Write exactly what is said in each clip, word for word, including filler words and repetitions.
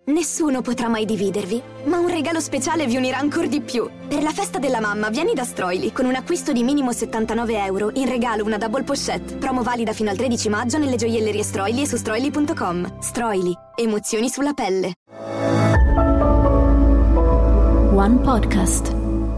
Nessuno potrà mai dividervi, ma un regalo speciale vi unirà ancora di più. Per la festa della mamma vieni da Stroili con un acquisto di minimo settantanove euro, in regalo una double pochette. Promo valida fino al tredici maggio nelle gioiellerie Stroili e su stroili punto com. Stroili, emozioni sulla pelle. One Podcast.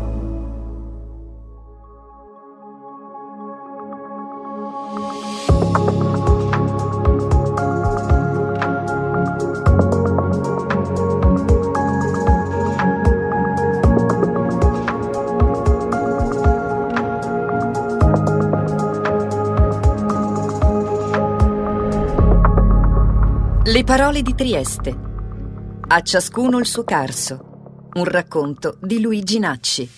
Le parole di Trieste. A ciascuno il suo carso. Un racconto di Luigi Nacci.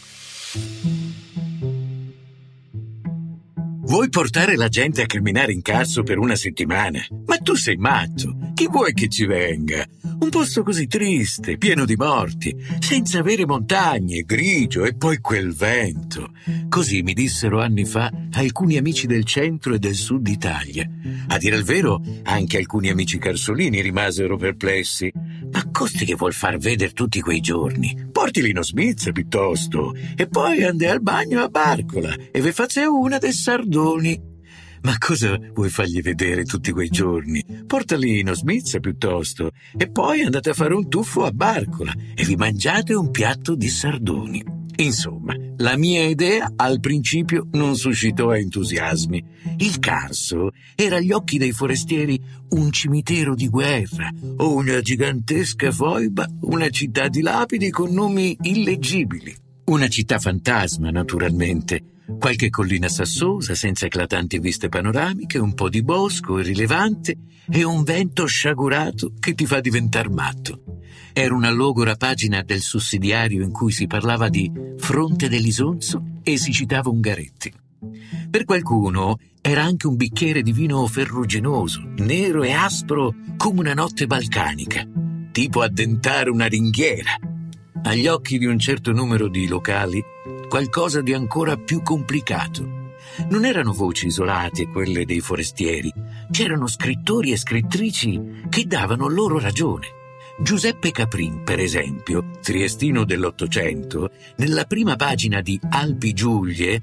Vuoi portare la gente a camminare in Carso per una settimana? Ma tu sei matto! Chi vuoi che ci venga? Un posto così triste, pieno di morti, senza avere montagne, grigio e poi quel vento. Così mi dissero anni fa alcuni amici del centro e del sud Italia. A dire il vero, anche alcuni amici carsolini rimasero perplessi. Ma costi che vuol far vedere tutti quei giorni? Portili in Osmizza piuttosto, e poi andai al bagno a Barcola e ve faccia una dei sardoni. Ma cosa vuoi fargli vedere tutti quei giorni? Portali in Osmizza piuttosto, e poi andate a fare un tuffo a Barcola e vi mangiate un piatto di sardoni. Insomma, la mia idea al principio non suscitò entusiasmi. Il Carso era agli occhi dei forestieri un cimitero di guerra o una gigantesca foiba, una città di lapidi con nomi illeggibili. Una città fantasma, naturalmente. Qualche collina sassosa senza eclatanti viste panoramiche, un po' di bosco irrilevante e un vento sciagurato che ti fa diventar matto. Era una logora pagina del sussidiario in cui si parlava di Fronte dell'Isonzo e si citava Ungaretti. Per qualcuno era anche un bicchiere di vino ferruginoso, nero e aspro come una notte balcanica, tipo addentare una ringhiera. Agli occhi di un certo numero di locali, qualcosa di ancora più complicato. Non erano voci isolate quelle dei forestieri, c'erano scrittori e scrittrici che davano loro ragione. Giuseppe Caprin, per esempio, triestino dell'Ottocento, nella prima pagina di Alpi Giulie,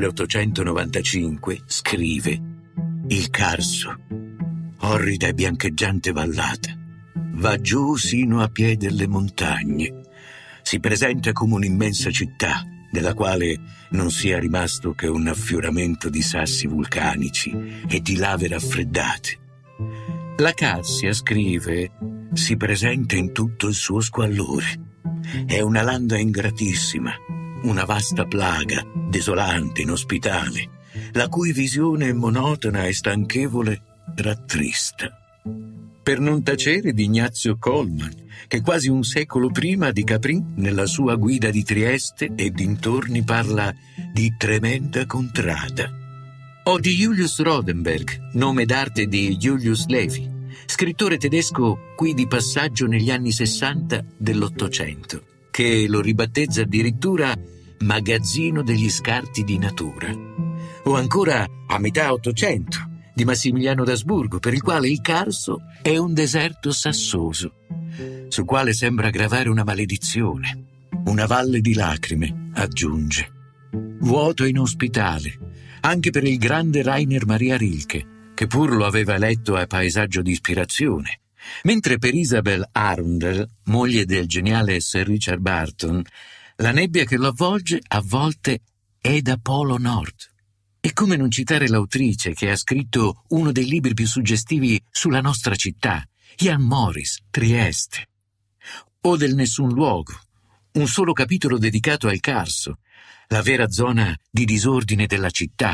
milleottocentonovantacinque, scrive: «Il Carso, orrida e biancheggiante vallata, va giù sino a piè delle montagne. Si presenta come un'immensa città, della quale non sia rimasto che un affioramento di sassi vulcanici e di lave raffreddate. La Cassia, scrive, si presenta in tutto il suo squallore. È una landa ingratissima, una vasta plaga, desolante, inospitale, la cui visione monotona e stanchevole rattrista». Per non tacere di Ignazio Colman, che quasi un secolo prima di Caprin, nella sua guida di Trieste e dintorni, parla di tremenda contrada. O di Julius Rodenberg, nome d'arte di Julius Levi, scrittore tedesco qui di passaggio negli anni sessanta dell'Ottocento, che lo ribattezza addirittura magazzino degli scarti di natura. O ancora a metà Ottocento, di Massimiliano d'Asburgo, per il quale il Carso è un deserto sassoso, sul quale sembra gravare una maledizione. Una valle di lacrime, aggiunge. Vuoto e inospitale, anche per il grande Rainer Maria Rilke, che pur lo aveva eletto a paesaggio di ispirazione. Mentre per Isabel Arundel, moglie del geniale Sir Richard Barton, la nebbia che lo avvolge a volte è da Polo Nord. E come non citare l'autrice che ha scritto uno dei libri più suggestivi sulla nostra città, Jan Morris, Trieste. O del Nessun luogo, un solo capitolo dedicato al Carso, la vera zona di disordine della città.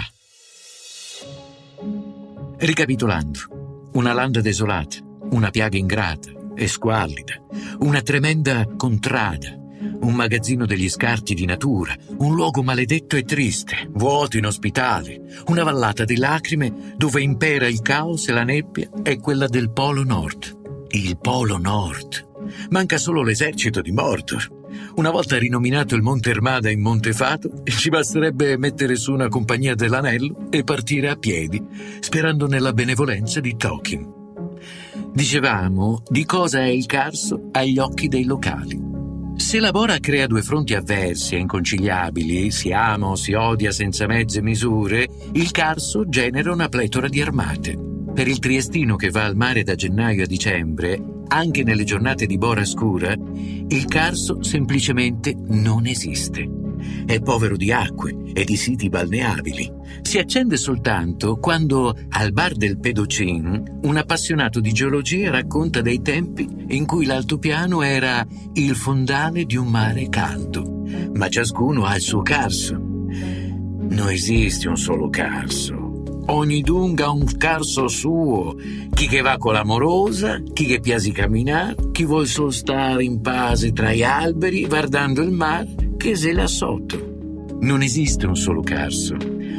Ricapitolando, una landa desolata, una piaga ingrata e squallida, una tremenda contrada, un magazzino degli scarti di natura, un luogo maledetto e triste, vuoto, inospitale, una vallata di lacrime dove impera il caos e la nebbia è quella del Polo Nord. Il Polo Nord. Manca solo l'esercito di Mordor. Una volta rinominato il Monte Ermada in Monte Fato, ci basterebbe mettere su una compagnia dell'anello e partire a piedi, sperando nella benevolenza di Tolkien. Dicevamo di cosa è il Carso agli occhi dei locali. Se la Bora crea due fronti avversi e inconciliabili, si ama o si odia senza mezze misure, il Carso genera una pletora di armate. Per il triestino che va al mare da gennaio a dicembre, anche nelle giornate di bora scura, il Carso semplicemente non esiste. È povero di acque e di siti balneabili. Si accende soltanto quando, al bar del Pedocin, un appassionato di geologia racconta dei tempi in cui l'altopiano era il fondale di un mare caldo. Ma ciascuno ha il suo Carso. Non esiste un solo Carso. Ogni dunga ha un Carso suo. Chi che va con l'amorosa, chi che piace camminare, chi vuol solo stare in pace tra gli alberi guardando il mare che se là sotto. Non esiste un solo Carso.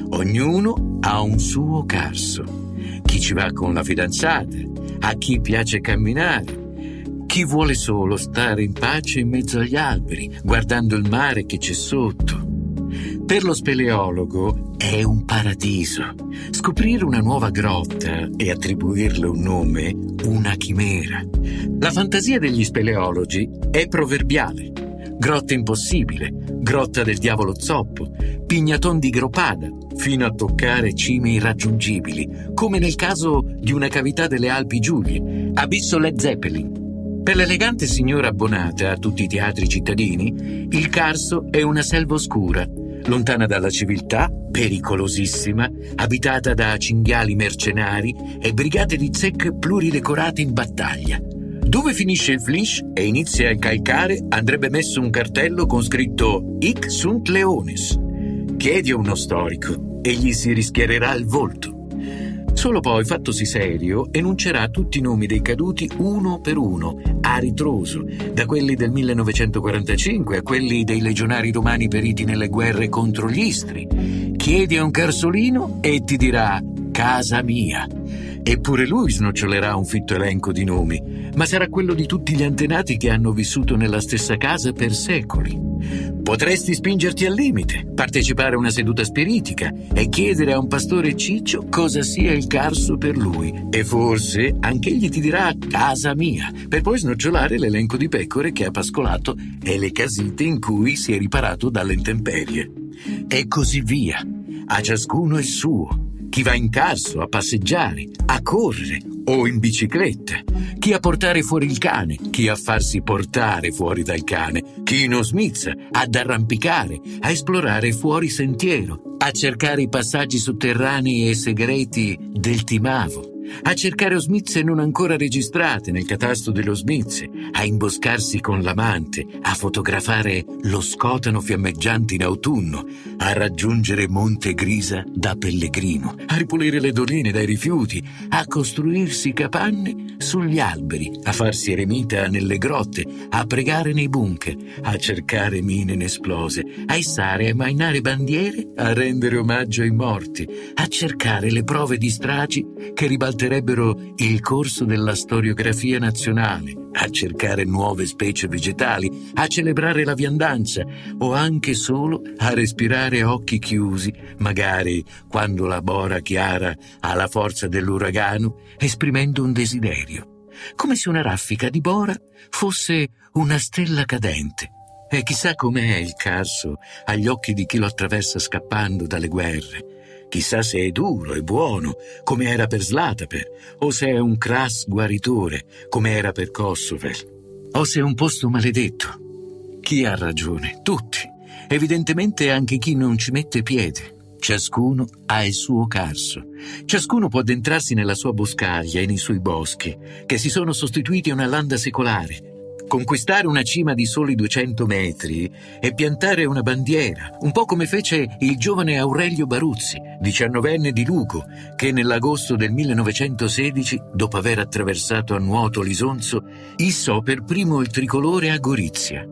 Ognuno ha un suo Carso. Chi ci va con la fidanzata, a chi piace camminare, chi vuole solo stare in pace in mezzo agli alberi, guardando il mare che c'è sotto. Per lo speleologo è un paradiso. Scoprire una nuova grotta e attribuirle un nome, una chimera. La fantasia degli speleologi è proverbiale. Grotta impossibile, grotta del diavolo zoppo, pignaton di Gropada, fino a toccare cime irraggiungibili, come nel caso di una cavità delle Alpi Giulie, abisso Led Zeppelin. Per l'elegante signora abbonata a tutti i teatri cittadini, il Carso è una selva oscura, lontana dalla civiltà, pericolosissima, abitata da cinghiali mercenari e brigate di zecche pluridecorate in battaglia. Dove finisce il flish e inizia il calcare andrebbe messo un cartello con scritto Hic sunt leones. Chiedi a uno storico e gli si rischiererà il volto. Solo poi, fattosi serio, enuncerà tutti i nomi dei caduti uno per uno, a ritroso, da quelli del millenovecentoquarantacinque a quelli dei legionari romani periti nelle guerre contro gli Istri. Chiedi a un carsolino e ti dirà casa mia. Eppure lui snocciolerà un fitto elenco di nomi, ma sarà quello di tutti gli antenati che hanno vissuto nella stessa casa per secoli. Potresti spingerti al limite, partecipare a una seduta spiritica e chiedere a un pastore ciccio cosa sia il Carso per lui. E forse anch'egli ti dirà casa mia, per poi snocciolare l'elenco di pecore che ha pascolato e le casite in cui si è riparato dalle intemperie. E così via, a ciascuno il suo. Chi va in Carso a passeggiare, a correre o in bicicletta, chi a portare fuori il cane, chi a farsi portare fuori dal cane, chi in osmizza, ad arrampicare, a esplorare fuori sentiero, a cercare i passaggi sotterranei e segreti del Timavo, a cercare osmizze non ancora registrate nel catasto delle osmizze, a imboscarsi con l'amante, a fotografare lo scotano fiammeggiante in autunno, a raggiungere Monte Grisa da pellegrino, a ripulire le doline dai rifiuti, a costruirsi capanne sugli alberi, a farsi eremita nelle grotte, a pregare nei bunker, a cercare mine inesplose, a issare e mainare bandiere, a rendere omaggio ai morti, a cercare le prove di stragi che ribalterebbero il corso della storiografia nazionale, a cercare nuove specie vegetali, a celebrare la viandanza o anche solo a respirare a occhi chiusi, magari quando la bora chiara ha la forza dell'uragano, esprimendo un desiderio, come se una raffica di bora fosse una stella cadente. E chissà com'è il Carso agli occhi di chi lo attraversa scappando dalle guerre. Chissà se è duro e buono, come era per Zlataper, o se è un crass guaritore, come era per Kosovel, o se è un posto maledetto. Chi ha ragione? Tutti. Evidentemente anche chi non ci mette piede. Ciascuno ha il suo Carso. Ciascuno può addentrarsi nella sua boscaglia e nei suoi boschi, che si sono sostituiti a una landa secolare, conquistare una cima di soli duecento metri e piantare una bandiera, un po' come fece il giovane Aurelio Baruzzi, diciannovenne di Lugo, che nell'agosto del millenovecentosedici, dopo aver attraversato a nuoto l'Isonzo, issò per primo il tricolore a Gorizia.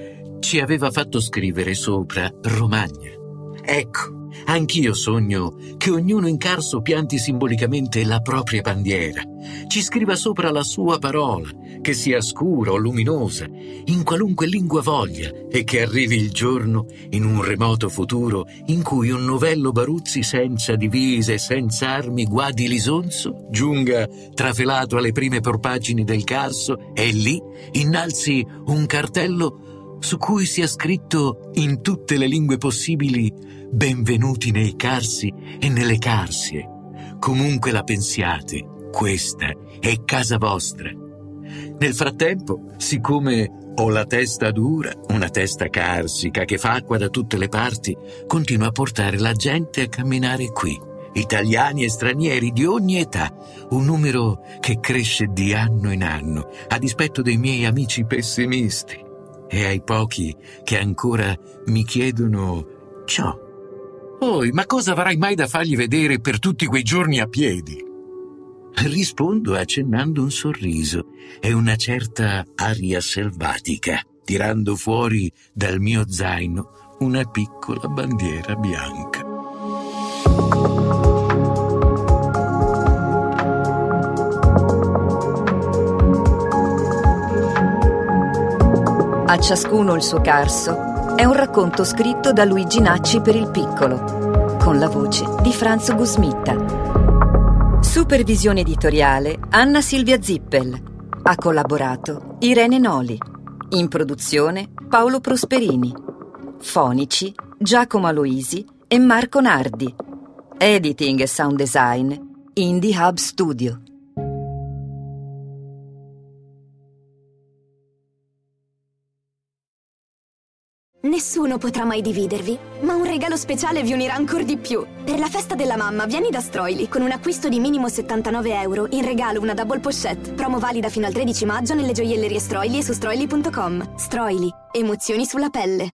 Ci aveva fatto scrivere sopra Romagna. Ecco, anch'io sogno che ognuno in Carso pianti simbolicamente la propria bandiera, ci scriva sopra la sua parola, che sia scura o luminosa, in qualunque lingua voglia, e che arrivi il giorno, in un remoto futuro, in cui un novello Baruzzi senza divise e senza armi guadi l'isonzo, giunga trafelato alle prime propagini del Carso e lì innalzi un cartello su cui sia scritto in tutte le lingue possibili: benvenuti nei Carsi e nelle Carsie. Comunque la pensiate, questa è casa vostra. Nel frattempo, siccome ho la testa dura, una testa carsica che fa acqua da tutte le parti, continuo a portare la gente a camminare qui, italiani e stranieri di ogni età, un numero che cresce di anno in anno, a dispetto dei miei amici pessimisti e ai pochi che ancora mi chiedono ciò. Oi, ma cosa avrai mai da fargli vedere per tutti quei giorni a piedi? Rispondo accennando un sorriso e una certa aria selvatica, tirando fuori dal mio zaino una piccola bandiera bianca. A ciascuno il suo Carso è un racconto scritto da Luigi Nacci per il Piccolo, con la voce di Franz Gusmitta. Supervisione editoriale Anna Silvia Zippel. Ha collaborato Irene Noli. In produzione Paolo Prosperini. Fonici Giacomo Aloisi e Marco Nardi. Editing e sound design Indie Hub Studio. Nessuno potrà mai dividervi, ma un regalo speciale vi unirà ancora di più. Per la festa della mamma vieni da Stroili con un acquisto di minimo settantanove euro, in regalo una double pochette. Promo valida fino al tredici maggio nelle gioiellerie Stroili e su stroili punto com. Stroili, emozioni sulla pelle.